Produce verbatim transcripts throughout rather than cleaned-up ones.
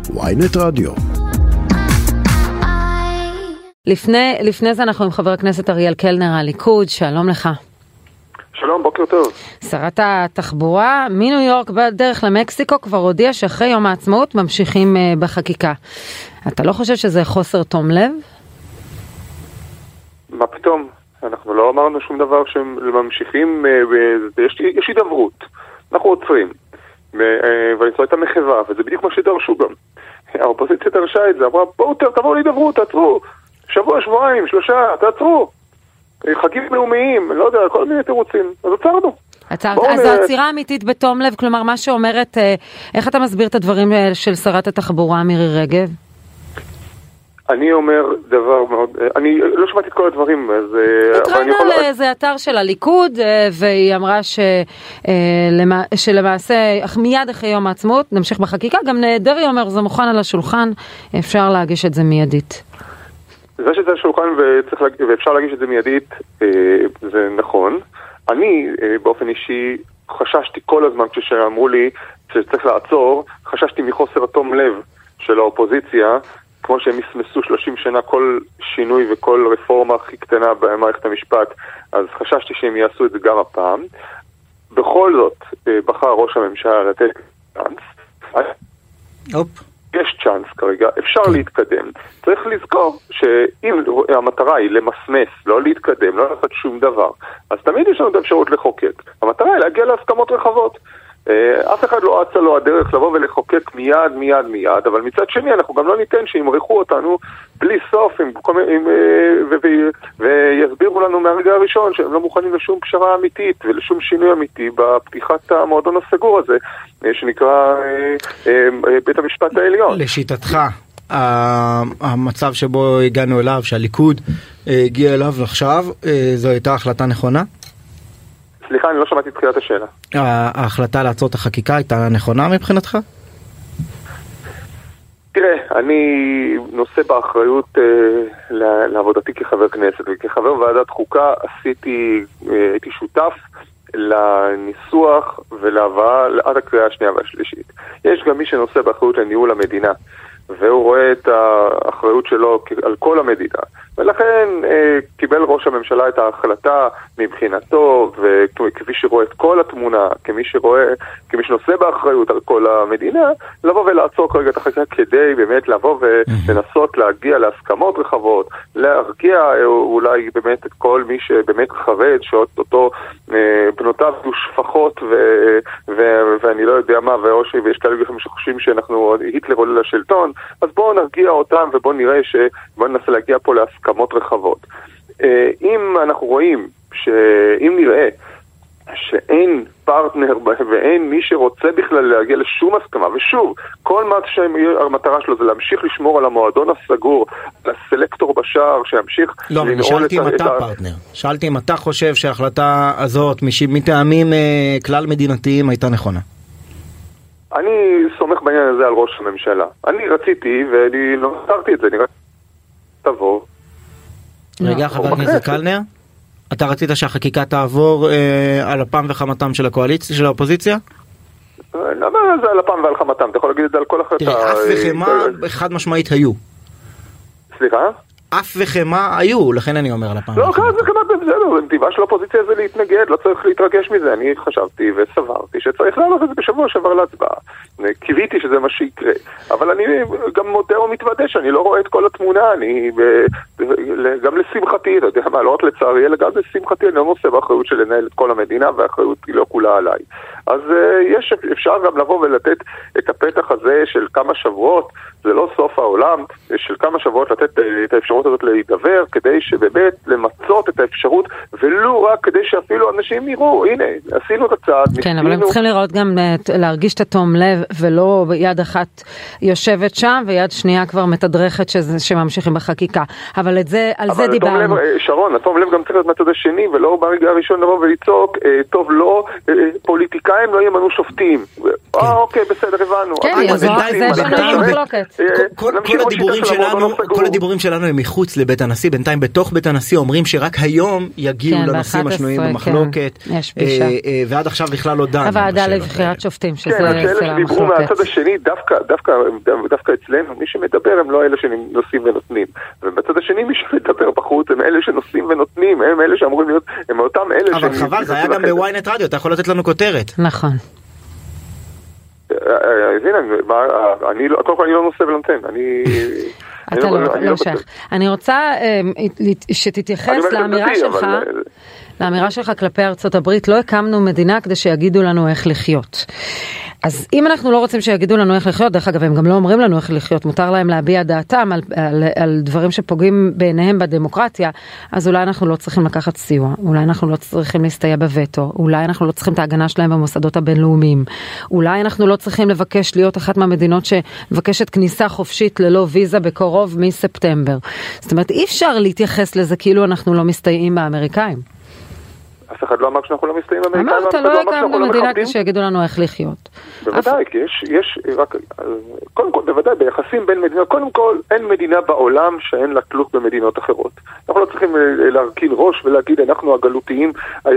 וויינט רדיו. לפני, לפני זה אנחנו עם חבר הכנסת אריאל קלנר הליכוד, שלום לך. שלום, בוקר טוב. שרת התחבורה מניו יורק בדרך למקסיקו כבר הודיע שאחרי יום העצמאות ממשיכים uh, בחקיקה. אתה לא חושב שזה חוסר תום לב? מה פתאום? אנחנו לא אמרנו שום דבר שהם ממשיכים, uh, יש, יש הידברות. אנחנו עוצרים. Uh, ואני חושב את המחווה, וזה בדיוק מה שדרשו גם. האופוזיציה דרשה את זה, אמרה, בואו תבואו להידברות, תעצרו. שבוע, שבועיים, שלושה, תעצרו. חגים לאומיים, לא יודע, כל מיני תירוצים. אז עצרנו. עצרת, אז זו עצירה אמיתית בתום לב, כלומר מה שאומרת, איך אתה מסביר את הדברים של שרת התחבורה מירי רגב? אני אומר דבר מאוד, אני לא שמעתי את כל הדברים, אז... התראינו לאיזה אתר של הליכוד, והיא אמרה שלמעשה, מיד אחרי יום העצמאות, נמשיך בחקיקה, גם דרעי אומר, זה מוכן על השולחן, אפשר להגיש את זה מיידית. זה שזה השולחן וצריך, ואפשר להגיש את זה מיידית, זה נכון. אני באופן אישי חששתי כל הזמן כשאמרו לי שצריך לעצור, חששתי מחוסר התום לב של האופוזיציה, כמו שהם מסמסו שלושים שנה כל שינוי וכל רפורמה הכי קטנה במערכת המשפט, אז חששתי שהם יעשו את זה גם הפעם. בכל זאת בחר ראש הממשלה לתת צ'אנס. אופ. יש צ'אנס כרגע, אפשר להתקדם. צריך לזכור שאם המטרה היא למסמס, לא להתקדם, לא לעשות שום דבר, אז תמיד יש לנו את האפשרות לחוקק. המטרה היא להגיע להסכמות רחבות. אף אחד לא אצה לו הדרך לבוא ולחוקק מיד, מיד, מיד, אבל מצד שני אנחנו גם לא ניתן שימרחו אותנו בלי סוף עם, עם, ו, ו, ויסבירו לנו מהרגע הראשון שהם לא מוכנים לשום פשרה אמיתית ולשום שינוי אמיתי בפתיחת המועדון הסגור הזה שנקרא בית המשפט העליון. לשיטתך, המצב שבו הגענו אליו, שהליכוד הגיע אליו עכשיו, זו הייתה החלטה נכונה? סליחה, אני לא שמעתי את תחילת השאלה. ההחלטה לעצור את החקיקה הייתה נכונה מבחינתך? תראה, אני נושא באחריות אה, לעבודתי כחבר כנסת, וכחבר ועדת חוקה עשיתי, אה, הייתי שותף לניסוח ולהבאה עד הקריאה השנייה והשלישית. יש גם מי שנושא באחריות לניהול המדינה, והוא רואה את האחריות שלו על כל המדינה. ולכן אה, קיבל ראש הממשלה את ההחלטה מבחינתו, וכפי שרואה את כל התמונה, כמי שרואה, כמי שנושא באחריות על כל המדינה, לבוא ולעצור כרגע את החקיקה כדי באמת לבוא ולנסות להגיע להסכמות רחבות, להרגיע אולי באמת את כל מי שבאמת חרד, שאותו אה, בנותיו יהיו שפחות, ו- ו- ואני לא יודע מה, ואושי, ויש כאלה גחים שחושבים שאנחנו היטלר עולה לשלטון, אז בואו נרגיע אותם ובואו נראה שבואו ננסה להגיע פה להסכמות רחבות. אם אנחנו רואים, שאם נראה שאין פרטנר ואין מי שרוצה בכלל להגיע לשום הסכמה, ושוב, כל מה שהמטרה שלו זה להמשיך לשמור על המועדון הסגור, על הסלקטור בשער שימשיך... לא, אני שאלתי אם אתה פרטנר. שאלתי אם אתה חושב שההחלטה הזאת מטעמים כלל מדינתיים הייתה נכונה. אני סומך בעניין הזה על ראש הממשלה. אני רציתי, ואני לא נתרתי את זה, נראה תבוא. רגע, חבר הכנסת קלנר, אתה רצית שהחקיקה תעבור על הפעם וחמתם של הקואליציה, של האופוזיציה? נאמר זה על הפעם ועל חמתם, אתה יכול להגיד את זה על כל החלטה. תראה, אף וחמה חד משמעית היו. סליחה? אף וחמה היו, לכן אני אומר על הפעם. לא, כאן זה כמעט בסדר, טבעה של האופוזיציה זה להתנגד, לא צריך להתרגש מזה. אני חשבתי וסברתי שצריך לעלות את זה בשבוע שעבר להצבעה. קיוויתי שזה מה שיקרה. אבל אני גם מודה ומתוודה שאני לא רואה את כל התמונה, אני גם לשמחתי, אתה יודע מה, לא רק לצערי, אלא גם לשמחתי, אני לא נושא באחריות של לנהל את כל המדינה, והאחריות היא לא כולה עליי. אז יש, אפשר גם לבוא ולתת את הפתח הזה של כמה שבועות, זה לא סוף העולם, של כמה שבועות לתת את האפשרות הזאת להידבר, כדי שבאמת למצות את האפשרות, ולא רק כדי שאפילו אנשים יראו, הנה, עשינו את הצעד. כן, אבל הם צריכים לראות גם, להרגיש את התום לב, ולא יד אחת יושבת שם, ויד שנייה כבר מתדרכת שממשיכים בחקיקה. אבל את זה, על זה דיברנו. שרון, התום לב גם צריך להיות מהצד השני, ולא ברגע הראשון לבוא וליצוק, טוב לא, פוליטיקאים לא ימנו שופטים. אה, אוקיי, בסדר, הבנו. כן, זה יש לנו מחלוקת. כל הדיבורים שלנו, כל הדיבורים שלנו הם מחוץ לבית הנשיא, בינתיים בתוך בית הנשיא אומרים שרק היום יגיעו לנושאים השנויים במחלוקת, ועד עכשיו בכלל לא דנו. הוועדה לבחירת שופטים, שזה אלה שדיברו מהצד השני, דווקא אצלנו, מי שמדבר הם לא אלה שנושאים ונותנים, ובצד השני מי שמדבר בחוץ הם אלה שנושאים ונותנים, הם אלה שאמורים להיות, הם אותם אלה. אבל חבל, זה היה גם בוויינט רדיו, אתה יכול לתת לנו כותרת. נכון. אז הנה, קודם כל אני לא נושא ולנותן, אני... אתה לא שייך. אני רוצה שתתייחס לאמירה שלך, לאמירה שלך כלפי ארצות הברית, לא הקמנו מדינה כדי שיגידו לנו איך לחיות. אז אם אנחנו לא רוצים שיגידו לנו איך לחיות, דרך אגב, הם גם לא אומרים לנו איך לחיות, מותר להם להביע דעתם על, על, על דברים שפוגעים בעיניהם בדמוקרטיה, אז אולי אנחנו לא צריכים לקחת סיוע, אולי אנחנו לא צריכים להסתייע בווטו, אולי אנחנו לא צריכים את ההגנה שלהם במוסדות הבינלאומיים, אולי אנחנו לא צריכים לבקש להיות אחת מהמדינות שמבקשת כניסה חופשית ללא ויזה בקרוב מספטמבר. זאת אומרת, אי אפשר להתייחס לזה כאילו אנחנו לא מסתייעים באמריקאים. אף אחד לא אמר שאנחנו לא מסתייעים באמריקאים. אמרת, לא הקמנו מדינה שיגידו לנו איך לחיות. בוודאי, כי יש, יש רק, קודם כל, בוודאי, ביחסים בין מדינות, קודם כל, אין מדינה בעולם שאין לה תלות במדינות אחרות. אנחנו לא צריכים להרכין ראש ולהגיד, אנחנו הגלותיים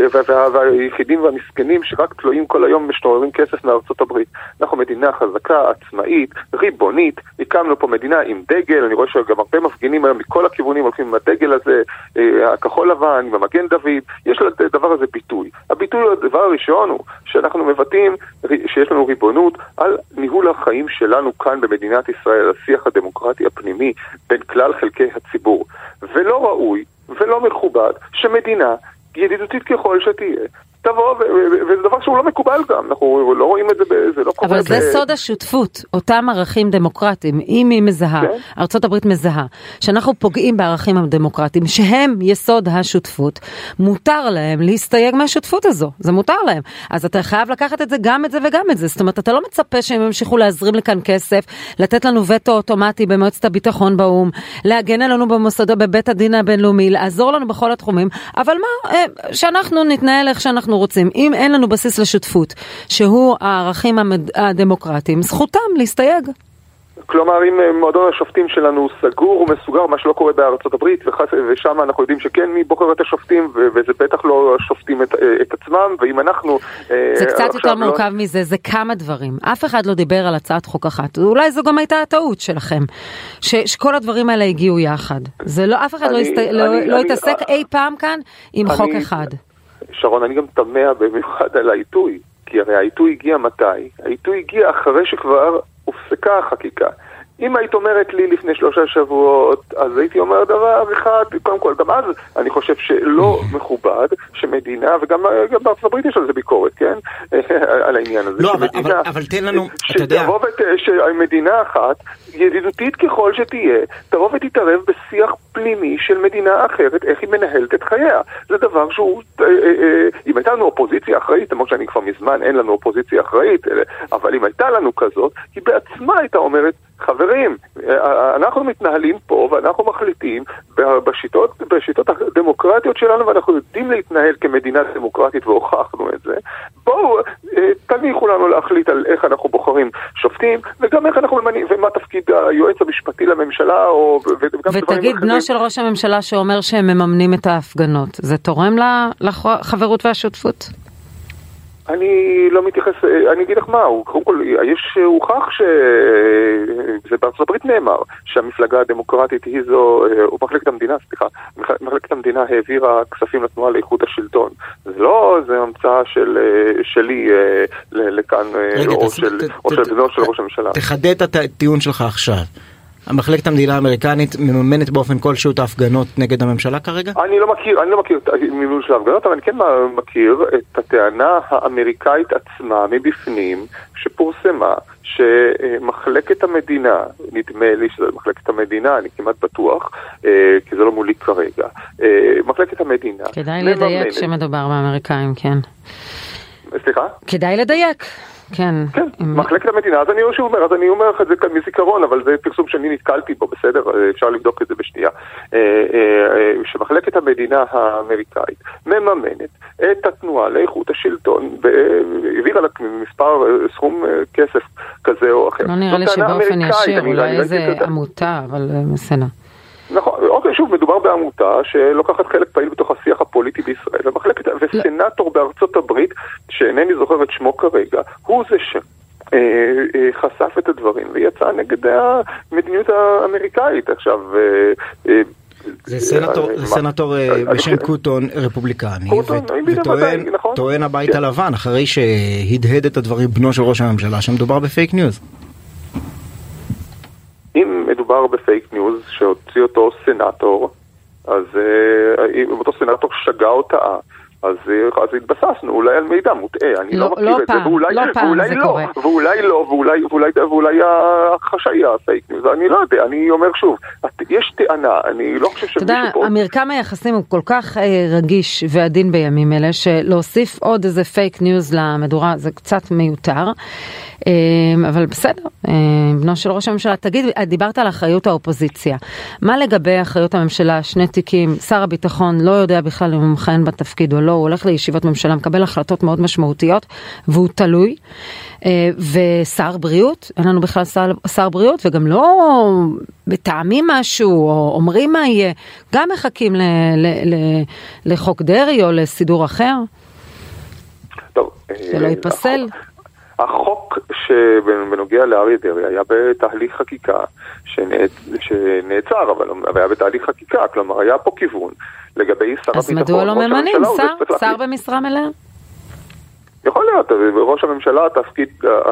והיחידים והמסכנים שרק תלויים כל היום משתוררים כסף מארצות הברית. אנחנו מדינה חזקה, עצמאית, ריבונית, הקמנו פה מדינה עם דגל, אני רואה שגם הרבה מפגינים היום מכל הכיוונים הולכים עם הדגל הזה, הכחול לבן, עם המגן דוד, יש לה הדבר הזה ביטוי. הביטוי, הדבר הראשון הוא שאנחנו מבטאים שיש לנו ריבונות על ניהול החיים שלנו כאן במדינת ישראל, השיח הדמוקרטי הפנימי בין כלל חלקי הציבור. ולא ראוי ולא מכובד שמדינה ידידותית ככל שתהיה תבוא, וזה דבר שהוא לא מקובל גם, אנחנו לא רואים את זה, זה לא קורה. אבל זה סוד השותפות, אותם ערכים דמוקרטיים, אם היא מזהה, ארצות הברית מזהה, שאנחנו פוגעים בערכים הדמוקרטיים, שהם יסוד השותפות, מותר להם להסתייג מהשותפות הזו, זה מותר להם. אז אתה חייב לקחת את זה, גם את זה וגם את זה, זאת אומרת, אתה לא מצפה שהם ימשיכו להזרים לכאן כסף, לתת לנו וטו אוטומטי במועצת הביטחון באום, להגן עלינו במוסדות בבית הדין הבינלאומי, לעזור לנו בכל התחומים, אבל מה, שאנחנו נתנהל איך שאנחנו רוצים. אם אין לנו בסיס לשותפות, שהוא הערכים הדמוקרטיים, זכותם להסתייג. כלומר, אם מועדון השופטים שלנו סגור ומסוגר, מה שלא קורה בארצות הברית, ושם אנחנו יודעים שכן, מי בוחר את השופטים, וזה בטח לא השופטים את, את עצמם, ואם אנחנו... זה קצת יותר מורכב לא... מזה, זה כמה דברים. אף אחד לא דיבר על הצעת חוק אחת. אולי זו גם הייתה הטעות שלכם, ש, שכל הדברים האלה הגיעו יחד. זה לא, אף אחד אני, לא, הסת... אני, לא, אני, לא אני, התעסק אני, אי פעם כאן עם אני, חוק אחד. שרון, אני גם תמה במיוחד על העיתוי, כי הרי העיתוי הגיע מתי? העיתוי הגיע אחרי שכבר הופסקה החקיקה. אם היית אומרת לי לפני שלושה שבועות, אז הייתי אומר דבר אחד, קודם כל, גם אז אני חושב שלא מכובד שמדינה, וגם בארצות הברית יש על זה ביקורת, כן? על העניין הזה. לא, אבל, אבל, אבל תן לנו, אתה יודע... שמדינה אחת, ידידותית ככל שתהיה, תבוא ותתערב בשיח פנימי של מדינה אחרת, איך היא מנהלת את חייה. זה דבר שהוא, אם הייתה לנו אופוזיציה אחראית, למרות שאני כבר מזמן אין לנו אופוזיציה אחראית, אבל אם הייתה לנו כזאת, היא בעצמה הייתה אומרת, חברים, אנחנו מתנהלים פה ואנחנו מחליטים בשיטות, בשיטות הדמוקרטיות שלנו, ואנחנו יודעים להתנהל כמדינה דמוקרטית והוכחנו את זה. בואו, תניחו לנו להחליט על איך אנחנו בוחרים שופטים, וגם איך אנחנו ממנים, ומה תפקיד היועץ המשפטי לממשלה, או, וגם ותגיד, בנו של ראש הממשלה שאומר שהם מממנים את ההפגנות, זה תורם לחברות והשותפות? אני לא מתייחס, אני אגיד לך מה, קודם כל, יש הוכח שזה בארצות הברית נאמר, שהמפלגה הדמוקרטית היא זו, או מחלקת המדינה, סליחה, מחלקת המדינה העבירה כספים לתנועה לאיכות השלטון. זה לא, זה המצאה של, שלי לכאן, או של, או של בנו של ראש הממשלה. תחדד את הטיעון שלך עכשיו. המחלקת המדינה האמריקנית מממנת באופן כלשהו את ההפגנות נגד הממשלה כרגע? אני לא מכיר, אני לא מכיר את המימון של ההפגנות, אבל אני כן מכיר את הטענה האמריקאית עצמה מבפנים, שפורסמה שמחלקת המדינה, נדמה לי שזה מחלקת המדינה, אני כמעט בטוח, כי זה לא מולי כרגע, מחלקת המדינה... כדאי לדייק שמדובר באמריקאים, כן. סליחה? כדאי לדייק. כן. כן, מחלקת המדינה, אז אני אומר, אז אני אומר לך את זה כאן מזיכרון, אבל זה פרסום שאני נתקלתי בו, בסדר, אפשר לבדוק את זה בשנייה, שמחלקת המדינה האמריקאית מממנת את התנועה לאיכות השלטון, והעבירה לה מספר סכום כסף כזה או אחר. לא נראה לי שבאופן ישיר, אולי איזה עמותה, אבל בסדר. נכון, אוקיי, שוב, מדובר בעמותה שלוקחת חלק פעיל בתוך השיח הפוליטי בישראל, ומחלקת, וסנטור בארצות הברית, שאינני זוכר את שמו כרגע, הוא זה שחשף את הדברים ויצא נגד המדיניות האמריקאית. עכשיו, זה סנטור, זה סנטור בשם קוטון, רפובליקני, וטוען הבית הלבן, אחרי שהדהד את הדברים בנו של ראש הממשלה, שמדובר בפייק ניוז. אם מדובר בפייק ניוז שהוציא אותו סנטור, אז אם אותו סנטור שגה אותה, אז, אז התבססנו אולי על מידע מוטעה, אני לא, לא מכיר לא את פעם, זה, ואולי לא, ואולי לא, לא, ואולי לא, ואולי, ואולי, ואולי ההכחשה היה פייק ניוז, אני לא יודע, אני אומר שוב, יש טענה, אני לא חושב שמישהו פה... אתה יודע, המרקם היחסים הוא כל כך רגיש ועדין בימים אלה, שלהוסיף עוד איזה פייק ניוז למדורה זה קצת מיותר, אבל בסדר, בנו של ראש הממשלה, תגיד, דיברת על אחריות האופוזיציה, מה לגבי אחריות הממשלה, שני תיקים, שר הביטחון לא יודע בכלל אם הוא מכהן בתפקיד או לא, הוא הולך לישיבות ממשלה, מקבל החלטות מאוד משמעותיות, והוא תלוי, ושר בריאות, אין לנו בכלל שר, שר בריאות, וגם לא בטעמים משהו, או אומרים מה יהיה, גם מחכים ל, ל, ל, לחוק דרי או לסידור אחר, טוב, זה לא ייפסל. החוק שבנוגע לאריה דרעי היה בתהליך חקיקה שנעצר, אבל היה בתהליך חקיקה, כלומר היה פה כיוון לגבי שר הביטחון. אז מדוע לא ממנים שר? שר במשרה מלאה? יכול להיות, ראש הממשלה התפקיד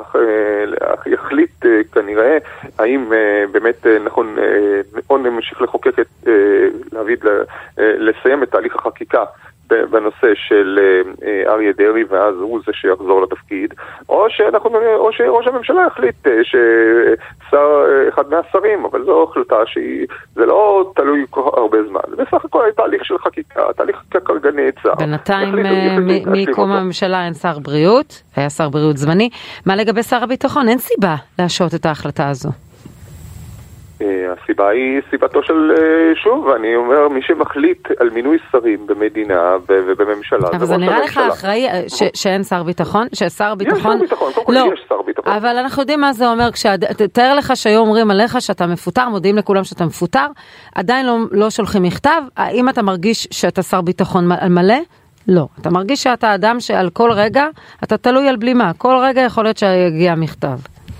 יחליט כנראה האם באמת נכון או נמשיך לחוקק את, להביא, לסיים את תהליך החקיקה בנושא של אריה דרעי, ואז הוא זה שיחזור לתפקיד, או שאנחנו, או שראש הממשלה יחליט ששר, אחד מהשרים, אבל זו החלטה שהיא, זה לא תלוי הרבה זמן. בסך הכל היה תהליך של חקיקה, תהליך חקיקה כרגע נעצר. בינתיים מקום הממשלה אין שר בריאות, היה שר בריאות זמני. מה לגבי שר הביטחון? אין סיבה להשעות את ההחלטה הזו. הסיבה היא סיבתו של, שוב, אני אומר, מי שמחליט על מינוי שרים במדינה ובממשלה. אבל זה נראה לך אחראי שאין שר ביטחון? ששר ביטחון... יש שר ביטחון, קודם כל יש שר ביטחון. אבל אנחנו יודעים מה זה אומר, תאר לך שהיום אומרים עליך שאתה מפוטר, מודיעים לכולם שאתה מפוטר, עדיין לא שולחים מכתב, האם אתה מרגיש שאתה שר ביטחון מלא? לא. אתה מרגיש שאתה אדם שעל כל רגע, אתה תלוי על בלימה, כל רגע יכול להיות שיגיע מכתב.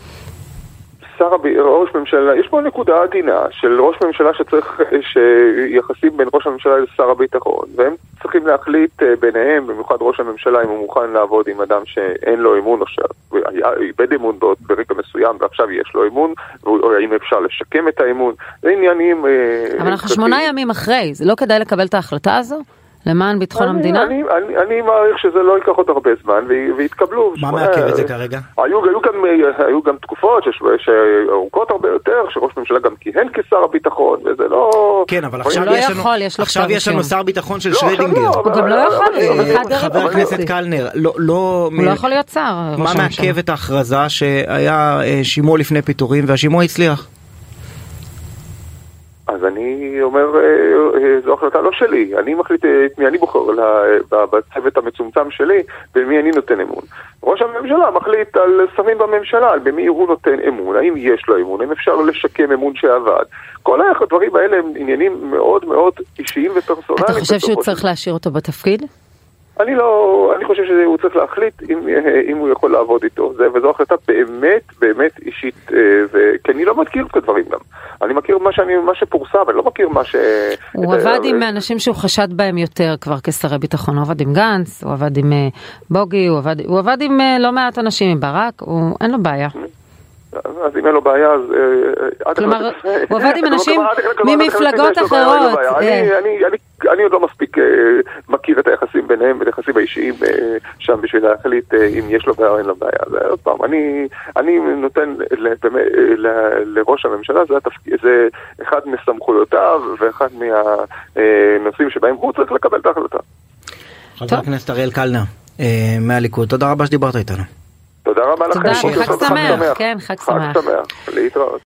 שר ראש ממשלה, יש פה נקודה עדינה של ראש ממשלה שצריך, שיחסים בין ראש הממשלה לשר הביטחון, והם צריכים להחליט ביניהם, במיוחד ראש הממשלה, אם הוא מוכן לעבוד עם אדם שאין לו אמון, או שאיבד אמון ברגע מסוים, ועכשיו יש לו אמון, או האם אפשר לשקם את האמון, זה עניינים... אבל אנחנו שמונה ימים אחרי, זה לא כדאי לקבל את ההחלטה הזו? למען ביטחון אני, המדינה? אני, אני, אני מעריך שזה לא ייקח עוד הרבה זמן, והתקבלו. מה מעכב את זה כרגע? היו, היו, גם, היו גם תקופות שארוכות הרבה יותר, שראש ממשלה גם כיהן כשר הביטחון, וזה לא... כן, אבל עכשיו לא יש לנו, יכול, יש עכשיו יש לנו שר ביטחון של לא, שרדינגר. לא, הוא גם לא יכול, חבר הכנסת קלנר, לא, לא... הוא לא יכול להיות שר. מה מעכב את ההכרזה שהיה שימוע לפני פיטורים, והשימוע הצליח? אז אני אומר, זו החלטה לא שלי, אני מחליט את מי אני בוחר בצוות המצומצם שלי, במי אני נותן אמון. ראש הממשלה מחליט על שרים בממשלה, על במי הוא נותן אמון, האם יש לו אמון, האם אפשר לשקם אמון שעבד. כל הדברים האלה הם עניינים מאוד מאוד אישיים ופרסונליים. אתה חושב שהוא צריך להשאיר אותו בתפקיד? אני לא, אני חושב שהוא צריך להחליט אם, אם הוא יכול לעבוד איתו, זה, וזו החלטה באמת, באמת אישית, כי אני לא מכיר את הדברים גם. אני מכיר מה, שאני, מה שפורסם, אני לא מכיר מה ש... הוא עבד עם אנשים שהוא חשד בהם יותר כבר כשרי ביטחון, הוא עבד עם גנץ, הוא עבד עם בוגי, הוא עבד, הוא עבד עם לא מעט אנשים, עם ברק, הוא, אין לו בעיה. אז אם אין לו בעיה, אז... כלומר, הוא עבד עם אנשים ממפלגות אחרות. אני עוד לא מספיק מכיר את היחסים ביניהם, את היחסים האישיים שם בשביל להחליט אם יש לו בעיה או אין לו בעיה. זה עוד פעם, אני נותן לראש הממשלה, זה אחד מסמכויותיו ואחד מהנושאים שבהם הוא צריך לקבל את ההחלטה. חבר הכנסת אריאל קלנר, מהליכוד, תודה רבה שדיברת איתנו. תודה רבה לכם. תודה, חג שמח, כן, חג שמח. חג שמח, להתראות.